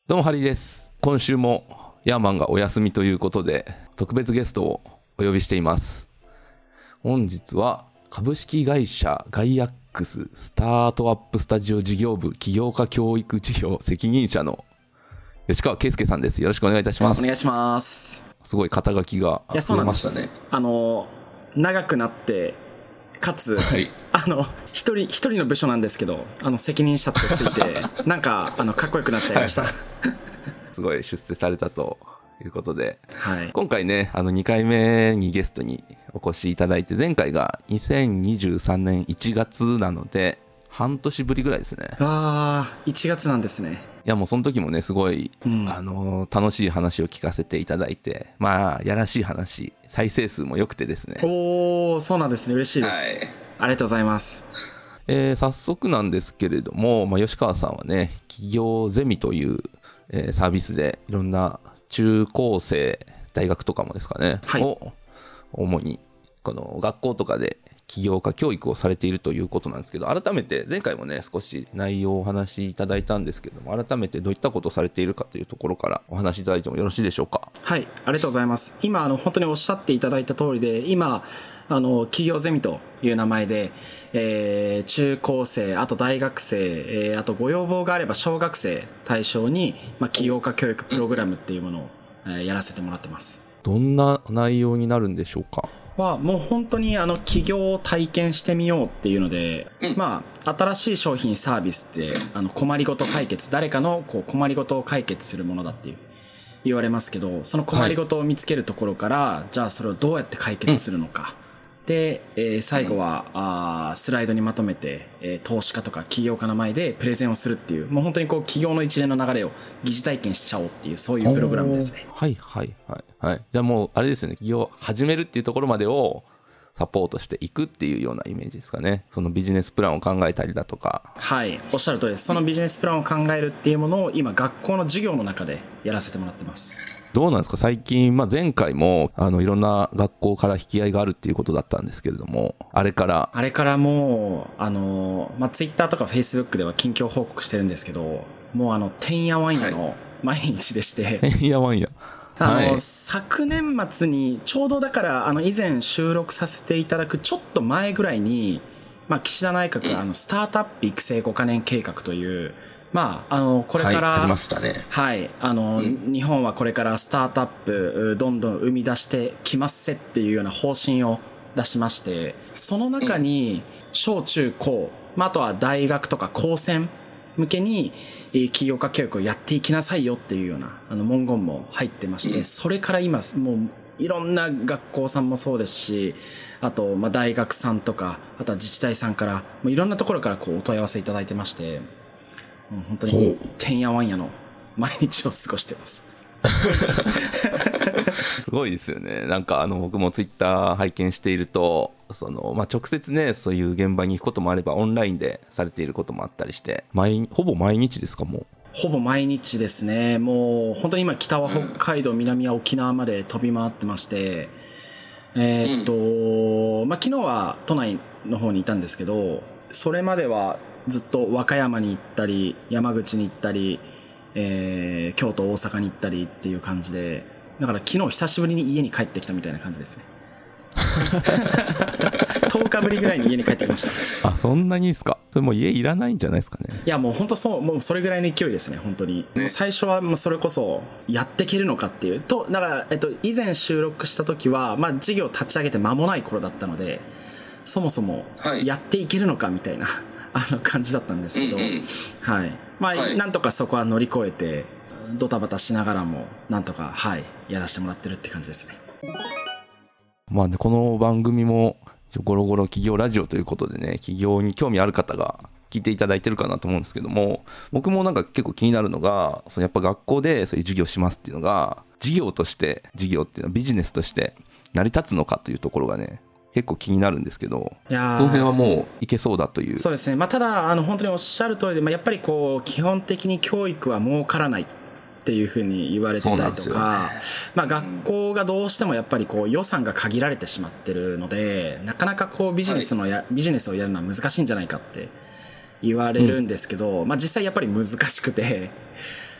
どうもハリーです。今週もヤーマンがお休みということで特別ゲストをお呼びしています。本日は株式会社ガイアックススタートアップスタジオ事業部起業家教育事業責任者の吉川圭介さんです。よろしくお願いいたします。 お願いします。 すごい肩書きが増えましたね。 長くなってかつ、 はい、 一人の部署なんですけど責任者ってついてなんかかっこよくなっちゃいましたすごい出世されたということで、 はい、 今回ね2回目にゲストにお越しいただいて、前回が2023年1月なので半年ぶりぐらいですね。 1月なんですね。 いやもうその時もねすごい、楽しい話を聞かせていただいて、やらしい話、再生数も良くてですね。 そうなんですね。嬉しいです、はい、ありがとうございます。 早速なんですけれども、吉川さんはね企業ゼミという、サービスでいろんな中高生大学とかもですかね、 はい、 を主にこの学校とかで起業家教育をされているということなんですけど、改めて前回もね少し内容をお話しいただいたんですけども、改めてどういったことをされているかというところからお話しいただいてもよろしいでしょうか。 はい、ありがとうございます。今本当におっしゃっていただいた通りで、今企業ゼミという名前で、中高生、あと大学生、あとご要望があれば小学生対象に、起業家教育プログラムっていうものを、やらせてもらってます。 どんな内容になるんでしょうか。 もう本当に起業を体験してみようっていうので、新しい商品サービスって困りごと解決、誰かの困りごとを解決するものだって言われますけど、その困りごとを見つけるところから、じゃあそれをどうやって解決するのか、で、最後はスライドにまとめて、投資家とか起業家の前でプレゼンをするっていう、もう本当に起業の一連の流れを疑似体験しちゃおうっていう、そういうプログラムですね。 はいはいはいはい。じゃあもうあれですよね、起業を始めるっていうところまでをサポートしていくっていうようなイメージですかね。そのビジネスプランを考えたりだとか。 はい、おっしゃる通りです。そのビジネスプランを考えるっていうものを今学校の授業の中でやらせてもらってます。 どうなんですか最近、前回もいろんな学校から引き合いがあるっていうことだったんですけれども、あれからもうツイッターとかフェイスブックでは近況報告してるんですけど、もうてんやわんやの毎日でして、 てんやわんや、 昨年末にちょうどだから以前収録させていただくちょっと前ぐらいに、岸田内閣スタートアップ育成5カ年計画という、これから、 ありましたね。 はい、日本はこれからスタートアップどんどん生み出してきますせっていうような方針を出しまして、その中に小中高、あとは大学とか高専向けに起業家教育をやっていきなさいよっていうような文言も入ってまして、それから今もういろんな学校さんもそうですし、あと大学さんとか、あとは自治体さんからもういろんなところからお問い合わせいただいてまして、もう本当にてんやわんやの毎日を過ごしてますすごいですよね。なんか僕もツイッター拝見していると、直接ねそういう現場に行くこともあればオンラインでされていることもあったりして、ほぼ毎日ですか。もうほぼ毎日ですね。もう本当に今北は北海道、南は沖縄まで飛び回ってまして、昨日は都内の方にいたんですけど、それまではずっと和歌山に行ったり山口に行ったり、京都大阪に行ったりっていう感じで、だから昨日久しぶりに家に帰ってきたみたいな感じですね10日ぶりぐらいに家に帰ってきました。 そんなにですか。それもう家いらないんじゃないですかね。 いやもう本当もうそれぐらいの勢いですね本当に、最初はもうそれこそやっていけるのかっていうと、だから、以前収録した時は、事業立ち上げて間もない頃だったので、そもそもやっていけるのかみたいな、感じだったんですけど、なんとかそこは乗り越えてドタバタしながらもなんとかやらせてもらってるって感じですね。 この番組もゴロゴロ企業ラジオということでね、起業に興味ある方が聞いていただいてるかなと思うんですけども、僕もなんか結構気になるのが、やっぱ学校でそういう授業しますっていうのが、事業っていうのはビジネスとして成り立つのかというところがね結構気になるんですけど、その辺はもういけそうだという。 そうですね、ただ本当におっしゃる通りで、やっぱり基本的に教育は儲からないっていうふうに言われてたりとか、学校がどうしてもやっぱり予算が限られてしまってるので、なかなかビジネスをやるのは難しいんじゃないかって言われるんですけど、実際やっぱり難しくて、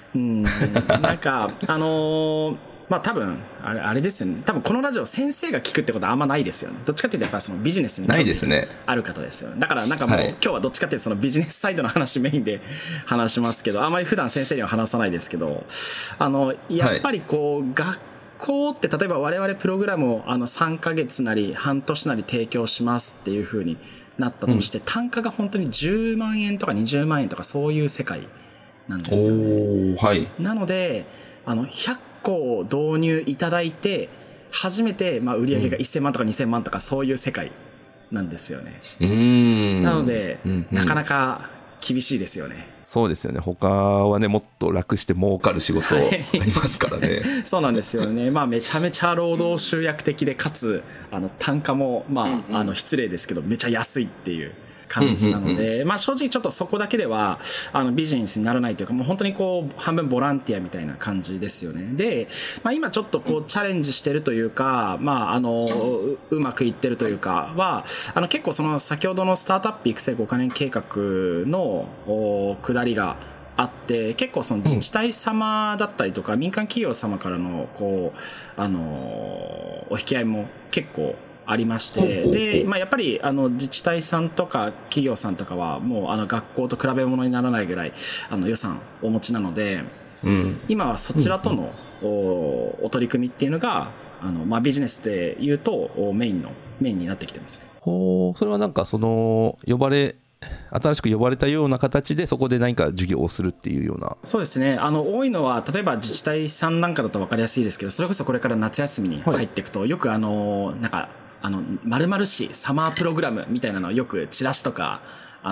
なんかまあ多分あれですよね、多分このラジオ先生が聞くってことはあんまないですよね。どっちかっていうとやっぱそのビジネスに興味ある方ですよね。だからなんかもう、今日はどっちかっていうとそのビジネスサイドの話メインで話しますけど、あまり普段先生には話さないですけど、やっぱりこう、学校って例えば我々プログラムを3ヶ月なり半年なり提供しますっていう風になったとして、単価が本当に10万円とか20万円とかそういう世界なんですよね。なので100個を導入いただいて初めて売り上げが1000万とか2000万とかそういう世界なんですよね。なので、なかなか厳しいですよね。 そうですよね。他はね、もっと楽して儲かる仕事ありますからね。 そうなんですよね。めちゃめちゃ労働集約的で、かつ単価も失礼ですけどめちゃ安いっていう感じなので、正直ちょっとそこだけではビジネスにならないというか、もう本当にこう半分ボランティアみたいな感じですよね。で、今ちょっとこうチャレンジしてるというか、うまくいってるというかは結構その先ほどのスタートアップ育成5カ年計画の下りがあって、結構その自治体様だったりとか民間企業様からのこうお引き合いも結構ありまして、で、やっぱり自治体さんとか企業さんとかはもう学校と比べ物にならないぐらい予算をお持ちなので、今はそちらとのお取り組みっていうのがビジネスでいうとメインになってきてますね。 それはなんかその新しく呼ばれたような形でそこで何か授業をするっていうような。 そうですね。多いのは例えば自治体さんなんかだと分かりやすいですけど、それこそこれから夏休みに入っていくと、よくなんか〇〇市サマープログラムみたいなのをよくチラシとかあ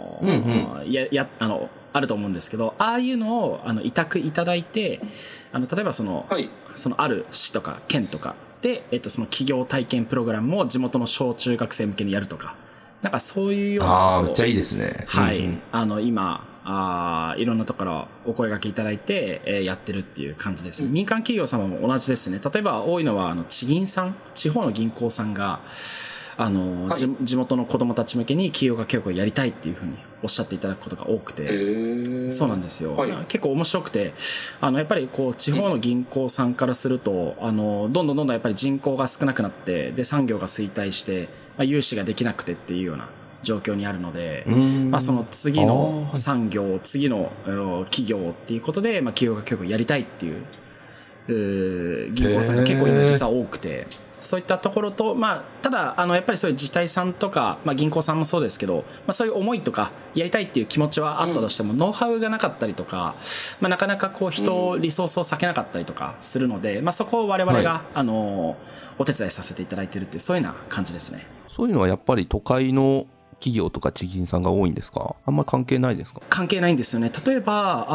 ると思うんですけど、ああいうのを委託いただいて、例えばそのある市とか県とかで、その企業体験プログラムを地元の小中学生向けにやるとか、なんかそういうようなめっちゃいいですね。 はい、今いろんなところお声掛けいただいて、やってるっていう感じです。民間企業様も同じですね。例えば多いのは地銀さん、地方の銀行さんが地元の子どもたち向けに企業家教育をやりたいっていうふうにおっしゃっていただくことが多くて、そうなんですよ、結構面白くて、やっぱりこう地方の銀行さんからするとどんどんやっぱり人口が少なくなって、で産業が衰退して、融資ができなくてっていうような状況にあるので、その次の産業、次の企業っていうことで、企業家教育をやりたいっていう銀行さんが結構今実は多くて、そういったところと、ただやっぱりそういう自治体さんとか、銀行さんもそうですけど、そういう思いとかやりたいっていう気持ちはあったとしても、ノウハウがなかったりとか、なかなかこうリソースを割けなかったりとかするので、そこを我々が、お手伝いさせていただいているっていう、そういうような感じですね。 そういうのはやっぱり都会の企業とか地銀さんが多いんですか？あんまり関係ないですか？ 関係ないんですよね。例えば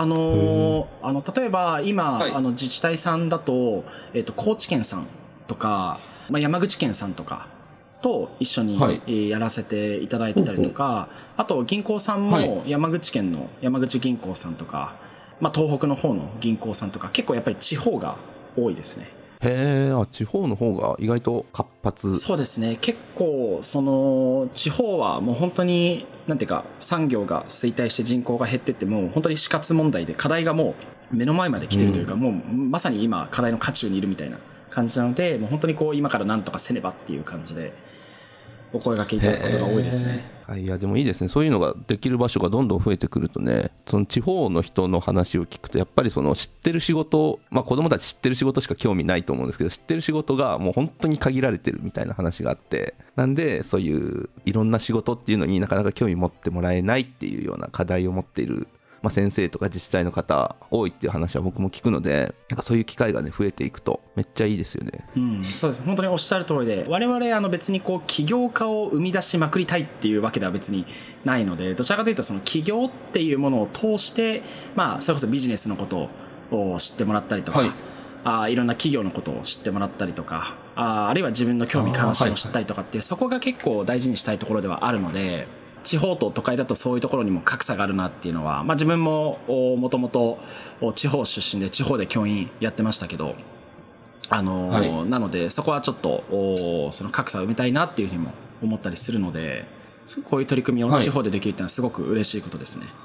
今、自治体さんだと、高知県さんとか、山口県さんとかと一緒にやらせていただいてたりとか、あと銀行さんも山口県の山口銀行さんとか、東北の方の銀行さんとか、結構やっぱり地方が多いですね。 へえ、地方の方が意外と活発。 そうですね。結構その地方はもう本当になんていうか、産業が衰退して人口が減ってっても本当に死活問題で、課題がもう目の前まで来てるというか、もうまさに今課題の渦中にいるみたいな感じなので、もう本当にこう今からなんとかせねばっていう感じでお声掛けいただくことが多いですね。 いやでもいいですね。そういうのができる場所がどんどん増えてくるとね、その地方の人の話を聞くと、やっぱりその知ってる仕事、子供たち知ってる仕事しか興味ないと思うんですけど、知ってる仕事がもう本当に限られてるみたいな話があって、なんでそういういろんな仕事っていうのになかなか興味持ってもらえないっていうような課題を持っている、先生とか自治体の方多いっていう話は僕も聞くので、なんかそういう機会がね増えていくとめっちゃいいですよね。 そうです。本当におっしゃる通りで、我々別にこう起業家を生み出しまくりたいっていうわけでは別にないので、どちらかというとその起業っていうものを通して、それこそビジネスのことを知ってもらったりとか、いろんな企業のことを知ってもらったりとか、あるいは自分の興味関心を知ったりとかっていう、そこが結構大事にしたいところではあるので、地方と都会だとそういうところにも格差があるなっていうのは、自分ももともと地方出身で地方で教員やってましたけど、なのでそこはちょっとその格差を埋めたいなっていうふうにも思ったりするので、こういう取り組みを地方でできるっていうのはすごく嬉しいことですね。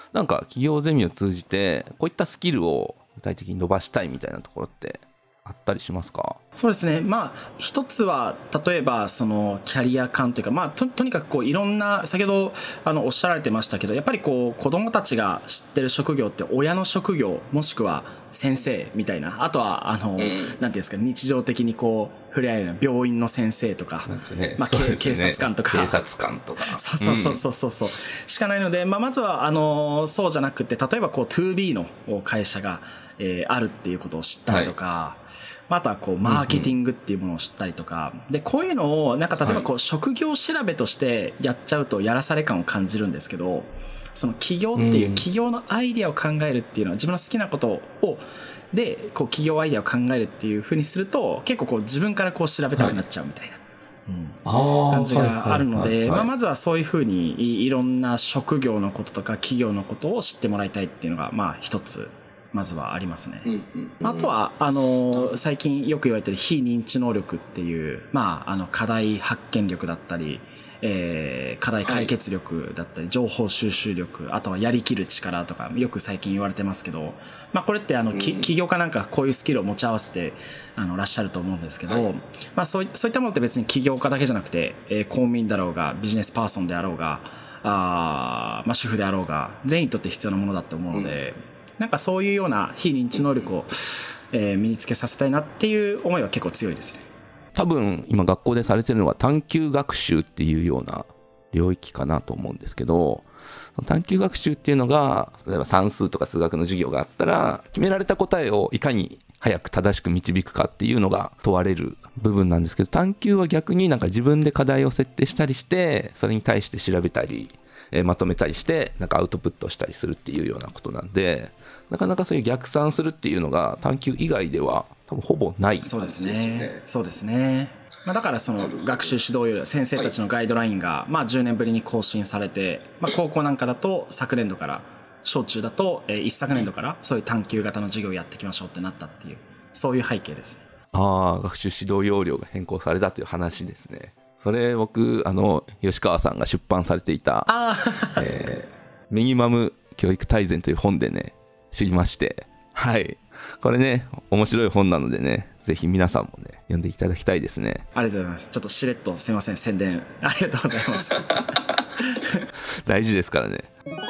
なんか企業ゼミを通じてこういったスキルを具体的に伸ばしたいみたいなところってあったりしますか？ そうですね。まあ一つは例えばそのキャリア感というか、まあとにかくこういろんな、先ほどおっしゃられてましたけど、やっぱりこう子供たちが知ってる職業って親の職業もしくは先生みたいな、あとはなんていうんですか、日常的にこう触れ合うような病院の先生とか、まあ警察官とか、 警察官とか、 そうしかないので、まあまずはそうじゃなくて、例えばこう 2B の会社があるっていうことを知ったりとか。あとはこうマーケティングっていうものを知ったりとか、でこういうのをなんか例えばこう職業調べとしてやっちゃうとやらされ感を感じるんですけど、その起業っていう起業のアイディアを考えるっていうのは自分の好きなことをでこう起業アイディアを考えるっていう風にすると結構こう自分からこう調べたくなっちゃうみたいな、感じがあるので、まずはそういう風にいろんな職業のこととか企業のことを知ってもらいたいっていうのがまあ一つまずはありますね。あとは最近よく言われている非認知能力っていう、まあ課題発見力だったり、課題解決力だったり、情報収集力、あとはやりきる力とかよく最近言われてますけど、まあこれって起業家なんかこういうスキルを持ち合わせてらっしゃると思うんですけど、まあそういったものって別に起業家だけじゃなくて、公務員だろうがビジネスパーソンであろうがまあ主婦であろうが全員にとって必要なものだと思うので、なんかそういうような非認知能力を、身につけさせたいなっていう思いは結構強いですね。 多分今学校でされてるのは探究学習っていうような領域かなと思うんですけど、探究学習っていうのが例えば算数とか数学の授業があったら決められた答えをいかに早く正しく導くかっていうのが問われる部分なんですけど、探究は逆になんか自分で課題を設定したりしてそれに対して調べたりまとめたりしてなんかアウトプットしたりするっていうようなことなんで、なかなかそういう逆算するっていうのが探究以外では多分ほぼない感じですよね。 そうですね。まあ、だからその学習指導要領、先生たちのガイドラインがまあ10年ぶりに更新されて、まあ高校なんかだと昨年度から、小中だと一昨年度からそういう探究型の授業をやっていきましょうってなったっていう、そういう背景です。 学習指導要領が変更されたという話ですね。それ僕吉川さんが出版されていたミニマム教育大全という本でね知りまして、はいこれね面白い本なのでねぜひ皆さんもね読んでいただきたいですね。 ありがとうございます。ちょっとしれっとすいません宣伝ありがとうございます大事ですからね。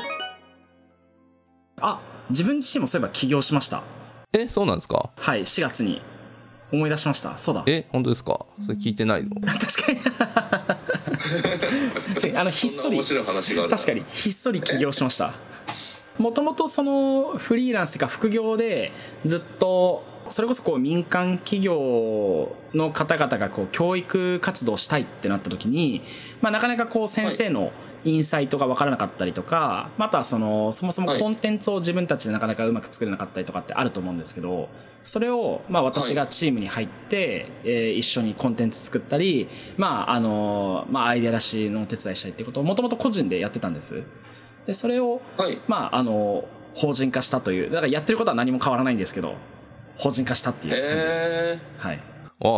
自分自身もそういえば起業しました。 そうなんですか？ はい、4月に思い出しました。そうだ。 本当ですか？それ聞いてないの？ 確かにひっそり面白い話がある。 確かにひっそり起業しました。もともとそのフリーランスというか副業でずっとそれこそこう民間企業の方々がこう教育活動したいってなった時に、まあ、なかなかこう先生のインサイトが分からなかったりとか、またはそもそもコンテンツを自分たちでなかなかうまく作れなかったりとかってあると思うんですけど、それをまあ私がチームに入って、一緒にコンテンツ作ったり、まあアイデア出しのお手伝いしたりっていうことをもともと個人でやってたんです。でそれを、まあ法人化したという、だからやってることは何も変わらないんですけど法人化したっていう感じです。はい。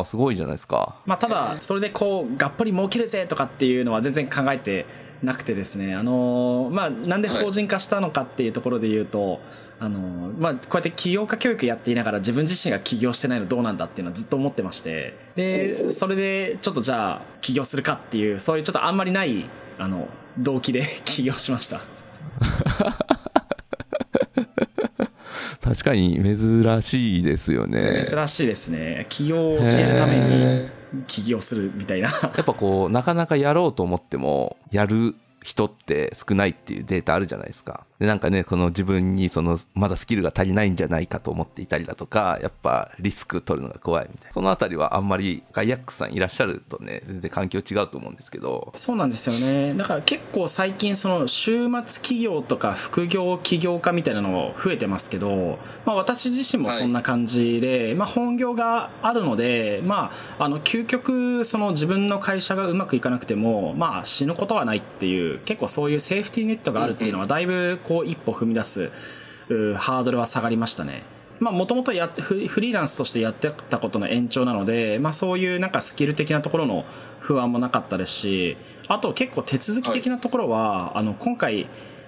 すごいじゃないですか。 まあ、ただそれでこうがっぽり儲けるぜとかっていうのは全然考えてなくてですね、まあ、なんで法人化したのかっていうところで言うと、まあ、こうやって起業家教育やっていながら自分自身が起業してないのどうなんだっていうのはずっと思ってまして、でそれでちょっとじゃあ起業するかっていう、そういうちょっとあんまりない動機で起業しました確かに珍しいですよね。 珍しいですね。起業を教えるために起業するみたいなやっぱこうなかなかやろうと思ってもやる人って少ないっていうデータあるじゃないですか。でなんかねこの自分にまだスキルが足りないんじゃないかと思っていたりだとか、やっぱリスク取るのが怖いみたいな、そのあたりはあんまりガイアックスさんいらっしゃるとね全然環境違うと思うんですけど。 そうなんですよね。だから結構最近週末企業とか副業起業家みたいなの増えてますけど、まあ、私自身もそんな感じで、まあ、本業があるので、まあ、究極自分の会社がうまくいかなくても、まあ、死ぬことはないっていう、結構そういうセーフティーネットがあるっていうのはだいぶこう一歩踏み出すハードルは下がりましたね。もともとフリーランスとしてやってたことの延長なので、まあ、そういうなんかスキル的なところの不安もなかったですし、あと結構手続き的なところは、今回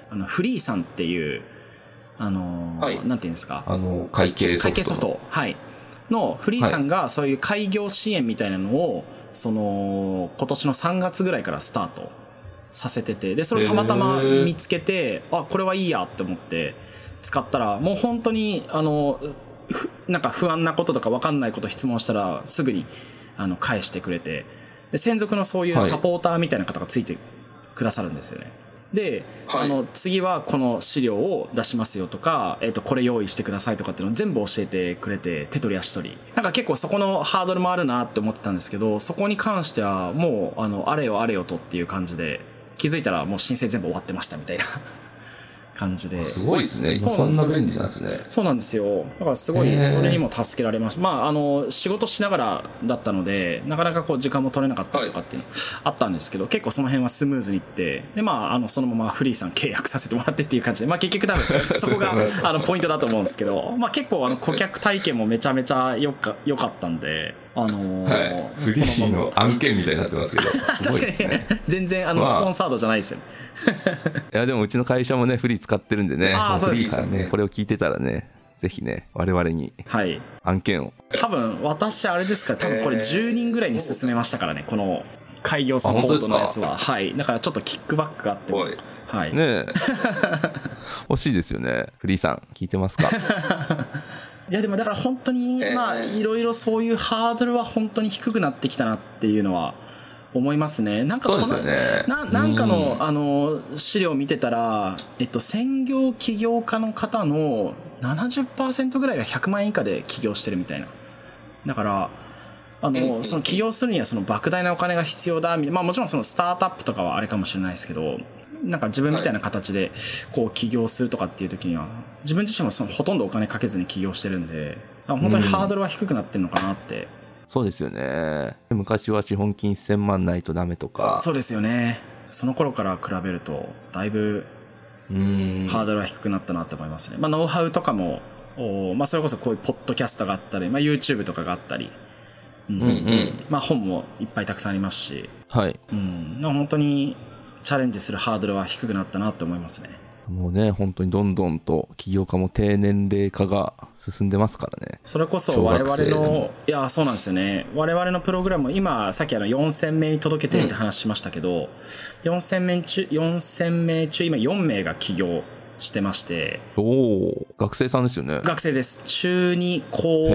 フリーさんっていうなんていうんですか、 会計ソフト、はい、のフリーさんがそういう開業支援みたいなのを今年の3月ぐらいからスタートさせてて、でそれをたまたま見つけて、あ、これはいいやって思って使ったら、もう本当になんか不安なこととか分かんないこと質問したらすぐに返してくれて、で専属のそういうサポーターみたいな方がついてくださるんですよね。で、次はこの資料を出しますよとか、これ用意してくださいとかっていうのを全部教えてくれて、手取り足取り、なんか結構そこのハードルもあるなって思ってたんですけど、そこに関してはもうあれよあれよとっていう感じで、気づいたらもう申請全部終わってましたみたいな感じで。 すごいですね。今そんな便利なんですね。 そうなんですよ。だからすごいそれにも助けられました。まあ仕事しながらだったので、なかなかこう時間も取れなかったりとかっていうのあったんですけど、結構その辺はスムーズにいって、でまあそのままフリーさん契約させてもらってっていう感じで、まあ結局多分そこがポイントだと思うんですけど、まあ結構顧客体験もめちゃめちゃ良かったんで。 フリーの案件みたいになってますけど、すごいですね。 確かに全然スポンサードじゃないですよ。 いやでもうちの会社もねフリー使ってるんでね、フリーさんねこれを聞いてたらね、ぜひね我々に案件を、 多分私あれですか、多分これ10人ぐらいに勧めましたからね、この開業サポートのやつは。はい、だからちょっとキックバックがあっても、はい、ね欲しいですよね。フリーさん聞いてますか？ いやでもだから本当にまあいろいろそういうハードルは本当に低くなってきたなっていうのは思いますね。なんかそうですよね。 なんかの資料を見てたら、専業起業家の方の 70% ぐらいが100万円以下で起業してるみたいな。だからその起業するにはその莫大なお金が必要だみたいな、まあもちろんそのスタートアップとかはあれかもしれないですけど、なんか自分みたいな形でこう起業するとかっていう時には、自分自身もそのほとんどお金かけずに起業してるんで、本当にハードルは低くなってるのかなって。 そうですよね。昔は資本金1000万ないとダメとか。 そうですよね。その頃から比べるとだいぶハードルは低くなったなって思いますね。まあノウハウとかもまあそれこそこういうポッドキャストがあったり、まあ YouTube とかがあったり、まあ本もいっぱいたくさんありますし、はい、本当にチャレンジするハードルは低くなったなって思いますね。 もうね本当にどんどんと起業家も低年齢化が進んでますからね。 それこそ我々のいやそうなんですよね。我々のプログラム今さっき4000名に届けてるって話しましたけど、4000名中今4名が起業してまして。 おお、学生さんですよね。 学生です。中2高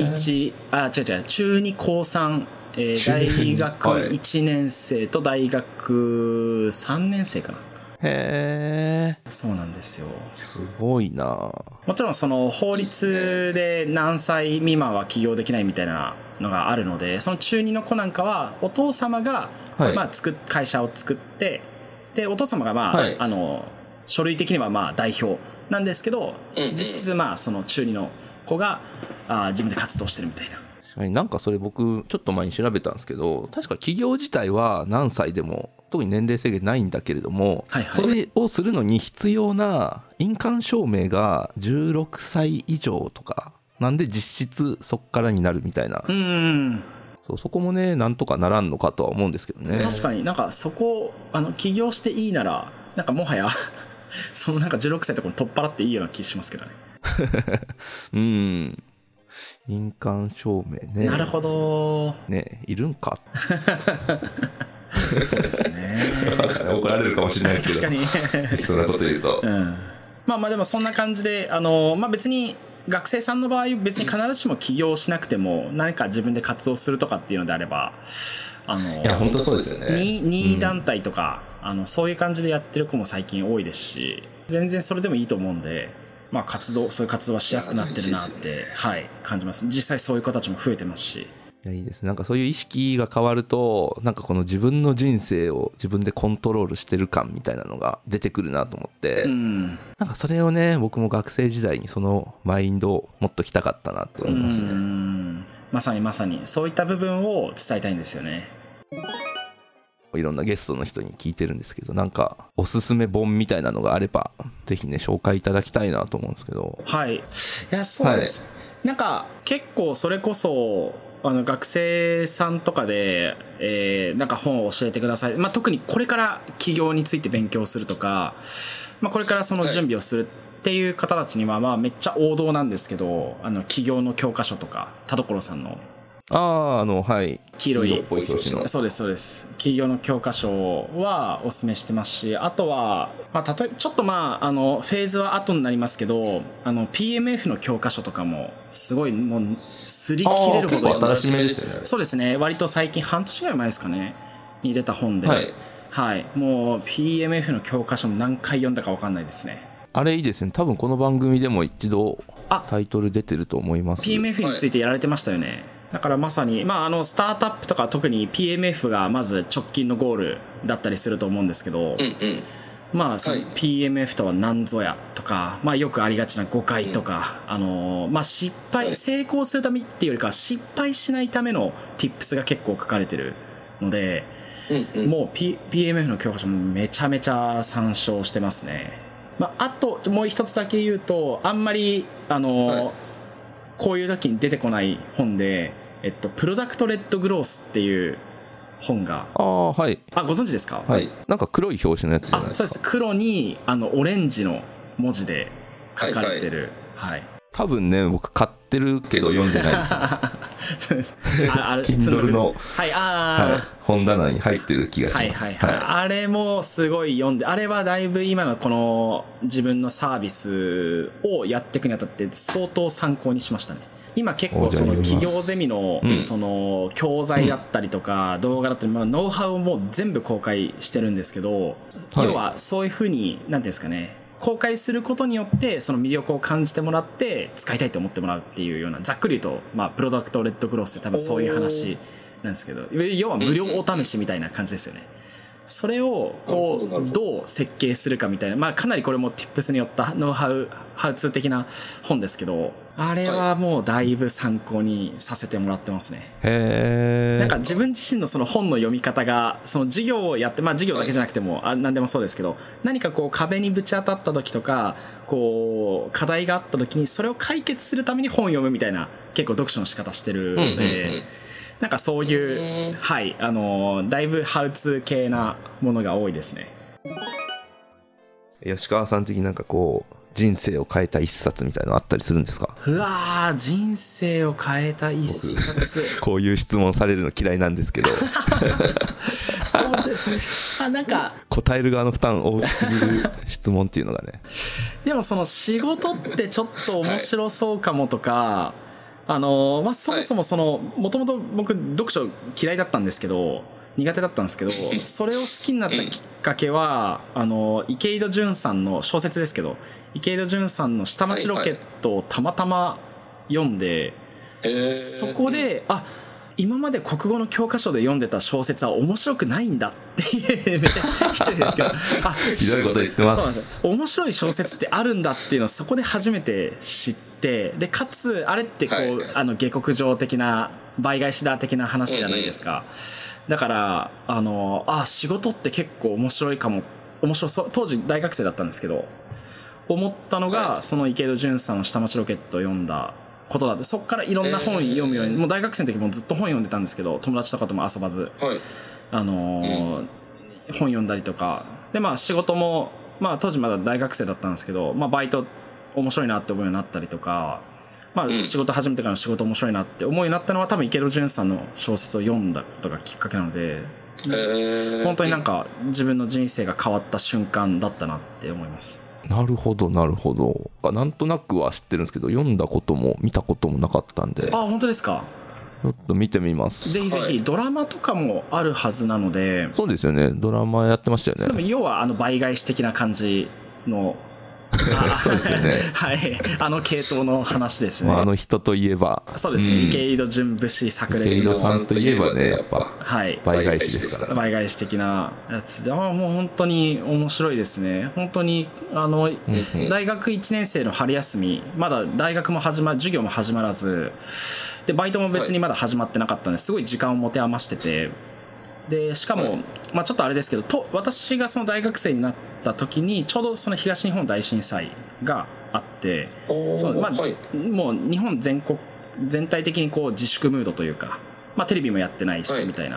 1中2高3、大学1年生と大学3年生かな。 へえ、 そうなんですよ。 すごいな。 もちろんその法律で何歳未満は起業できないみたいなのがあるので、その中2の子なんかはお父様が、まあ会社を作って、でお父様がまあ、書類的にはまあ代表なんですけど、実質まあその中2の子が自分で活動してるみたいな。 なんかそれ僕ちょっと前に調べたんですけど、確か起業自体は何歳でも特に年齢制限ないんだけれども、それをするのに必要な印鑑証明が16歳以上とかなんで、実質そっからになるみたいな。そこもねなんとかならんのかとは思うんですけどね。 確かになんかそこ起業していいならなんかもはやそのなんか16歳とかに取っ払っていいような気しますけどね。 印鑑証明ね。 なるほどね、いるんかそうですね怒られるかもしれないですけど、確かにそんなこと言うと、まあでもそんな感じでまあ別に学生さんの場合別に必ずしも起業しなくても何か自分で活動するとかっていうのであればいや本当そうですよね。 任意団体とか、そういう感じでやってる子も最近多いですし、全然それでもいいと思うんで、まあそういう活動はしやすくなってるなって、感じます。実際そういう子たちも増えてますし。 いやいいですね。なんかそういう意識が変わると、なんかこの自分の人生を自分でコントロールしてる感みたいなのが出てくるなと思って、なんかそれをね僕も学生時代にそのマインドを持っときたかったなって思いますね。 まさにまさにそういった部分を伝えたいんですよね。 いろんなゲストの人に聞いてるんですけど、なんかおすすめ本みたいなのがあればぜひね紹介いただきたいなと思うんですけど。 いやそうです、なんか結構それこそ学生さんとかで、なんか本を教えてください、まあ、特にこれから起業について勉強するとか、 これからその準備をするっていう方たちにはめっちゃ王道なんですけど、起業の教科書とか田所さんのはい。 黄色い表紙の。 そうですそうです。企業の教科書はお勧めしてますし、あとは、例えばちょっとフェーズは後になりますけど、PMF の教科書とかもすごいもう擦り切れるほど新しめですね。 そうですね。割と最近半年ぐらい前ですかねに出た本で、はい、もう PMF の教科書も何回読んだか分かんないですね。 あれいいですね。多分この番組でも一度タイトル出てると思います。 PMF についてやられてましたよね。だからまさに、スタートアップとか特に PMF がまず直近のゴールだったりすると思うんですけど、その PMF とは何ぞやとか、よくありがちな誤解とか、失敗、成功するためっていうよりか失敗しないための Tips が結構書かれてるので、もう、PMF の教科書もめちゃめちゃ参照してますね。あともう一つだけ言うと、あんまりこういう時に出てこない本で、プロダクトレッドグロースっていう本が、ご存知ですか？ はい。なんか黒い表紙のやつじゃないですか。 そうです。黒にオレンジの文字で書かれてる。 多分ね、僕買ってるけど読んでないですKindle の本棚に入ってる気がします。 あれもすごい読んで、あれはだいぶ今のこの自分のサービスをやっていくにあたって相当参考にしましたね。今結構その企業ゼミのその教材だったりとか動画だったり、ノウハウをもう全部公開してるんですけど、要はそういうふうになんていうんですかね、公開することによってその魅力を感じてもらって使いたいと思ってもらうっていうような、ざっくり言うとプロダクトレッドグロースって多分そういう話なんですけど、要は無料お試しみたいな感じですよね。それをこうどう設計するかみたいな、かなりこれも Tips によったノウハウハウツー的な本ですけど、あれはもうだいぶ参考にさせてもらってますね。なんか自分自身のその本の読み方が、その授業をやって、授業だけじゃなくても何でもそうですけど、何かこう壁にぶち当たった時とか、こう課題があった時にそれを解決するために本を読むみたいな結構読書の仕方してるので、なんかそういうだいぶハウツー系なものが多いですね。 吉川さん的になんかこう人生を変えた一冊みたいなのあったりするんですか？ 人生を変えた一冊こういう質問されるの嫌いなんですけどそうですね。なんか答える側の負担大きすぎる質問っていうのがねでもその仕事ってちょっと面白そうかもとか、そもそもそのもともと僕読書嫌いだったんですけど、苦手だったんですけど、それを好きになったきっかけは池井戸潤さんの小説ですけど、池井戸潤さんの下町ロケットをたまたま読んで、そこで今まで国語の教科書で読んでた小説は面白くないんだっていうめっちゃ失礼ですけどひどいこと言ってます。 そうなんです。面白い小説ってあるんだっていうのをそこで初めて知って、でかつあれってこう、下克上的な倍返しだ的な話じゃないですか。だから仕事って結構面白いかも、面白そう、当時大学生だったんですけど思ったのが、その池井戸潤さんの下町ロケットを読んだことだって、そっからいろんな本読むように、もう大学生の時もずっと本読んでたんですけど、友達とかとも遊ばず、本読んだりとかで、仕事も当時まだ大学生だったんですけど、バイト面白いなって思うようになったりとか、仕事始めてからの仕事面白いなって思うようになったのは多分池戸潤さんの小説を読んだことがきっかけなので、本当になんか自分の人生が変わった瞬間だったなって思います。 なるほどなるほど。なんとなくは知ってるんですけど、読んだことも見たこともなかったんで。 本当ですか？ ちょっと見てみます。 ぜひぜひ。ドラマとかもあるはずなので。 そうですよね、ドラマやってましたよね。 でも要は倍返し的な感じのそうですよね系統の話ですね。 人といえばそうですね、池井戸潤節炸裂の池井戸さんといえばね、やっぱ倍返しですから、 倍返し的なやつで、もう本当に面白いですね。本当に大学1年生の春休み、まだ大学も授業も始まらずで、バイトも別にまだ始まってなかったんですごい時間を持て余してて、でしかも、ちょっとあれですけど、私がその大学生になった時にちょうどその東日本大震災があって、もう日本全体的にこう自粛ムードというか、テレビもやってないしみたいな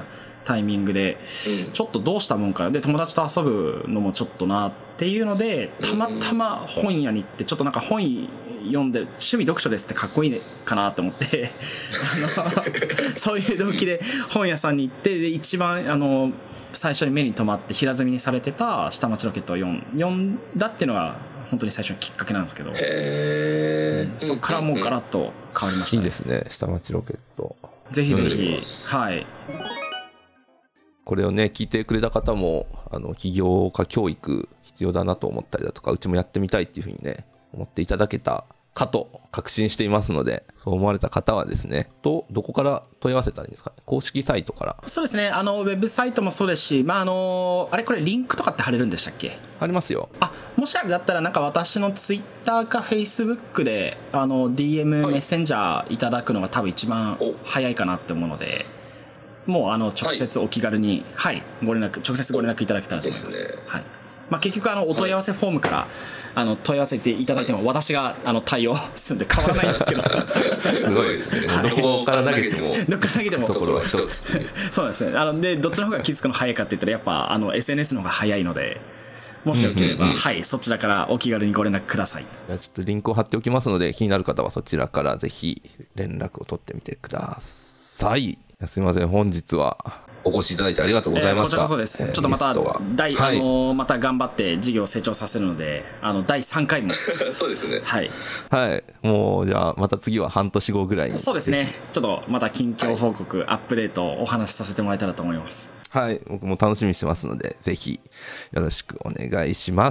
タイミングでちょっとどうしたもんかで友達と遊ぶのもちょっとなっていうのでたまたま本屋に行ってちょっとなんか本読んで趣味読書ですってかっこいいかなと思ってそういう動機で本屋さんに行ってで一番最初に目に留まって平積みにされてた下町ロケットを読んだっていうのが本当に最初のきっかけなんですけど、そこからもうガラッと変わりましたね。 いいですね、下町ロケット。 ぜひぜひ、はい。 これをね聞いてくれた方も起業家教育必要だなと思ったりだとかうちもやってみたいっていうふうにね思っていただけたかと確信していますのでそう思われた方はですねどこから問い合わせたらいいんですかね。公式サイトから。 そうですねウェブサイトもそうですし、あれこれリンクとかって貼れるんでしたっけ。 貼りますよ。 もしあれだったらなんか私のツイッターかフェイスブックでDM メッセンジャーいただくのが多分一番早いかなって思うのでもう直接お気軽に、はい直接ご連絡いただけたらと思います。ですね。はい。結局お問い合わせフォームから問い合わせていただいても私が対応するんで変わらないんですけどすごいですね、はい、どこから投げてもところは一つそうですね。でどっちの方が気づくの早いかって言ったらやっぱSNS の方が早いのでもしよければ、はい、そちらからお気軽にご連絡ください。 ちょっとリンクを貼っておきますので気になる方はそちらからぜひ連絡を取ってみてください。すみません、本日はお越しいただいてありがとうございました。こちらこそです。ちょっとまたまた頑張って事業を成長させるので第3回もそうですね。 はい、 はい、もうじゃあまた次は半年後ぐらいに。 そうですね。ちょっとまた近況報告、アップデートをお話しさせてもらえたらと思います。 はい、僕も楽しみにしてますのでぜひよろしくお願いします。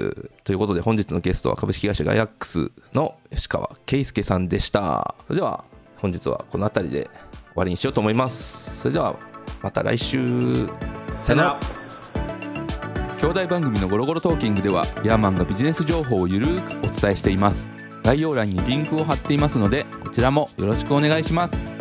ということで本日のゲストは株式会社ガイアックスの吉川圭介さんでした。それでは本日はこの辺りで終わりにしようと思います。それではまた来週、 さよなら。 兄弟番組のゴロゴロトーキングではヤーマンがビジネス情報をゆるーくお伝えしています。概要欄にリンクを貼っていますのでこちらもよろしくお願いします。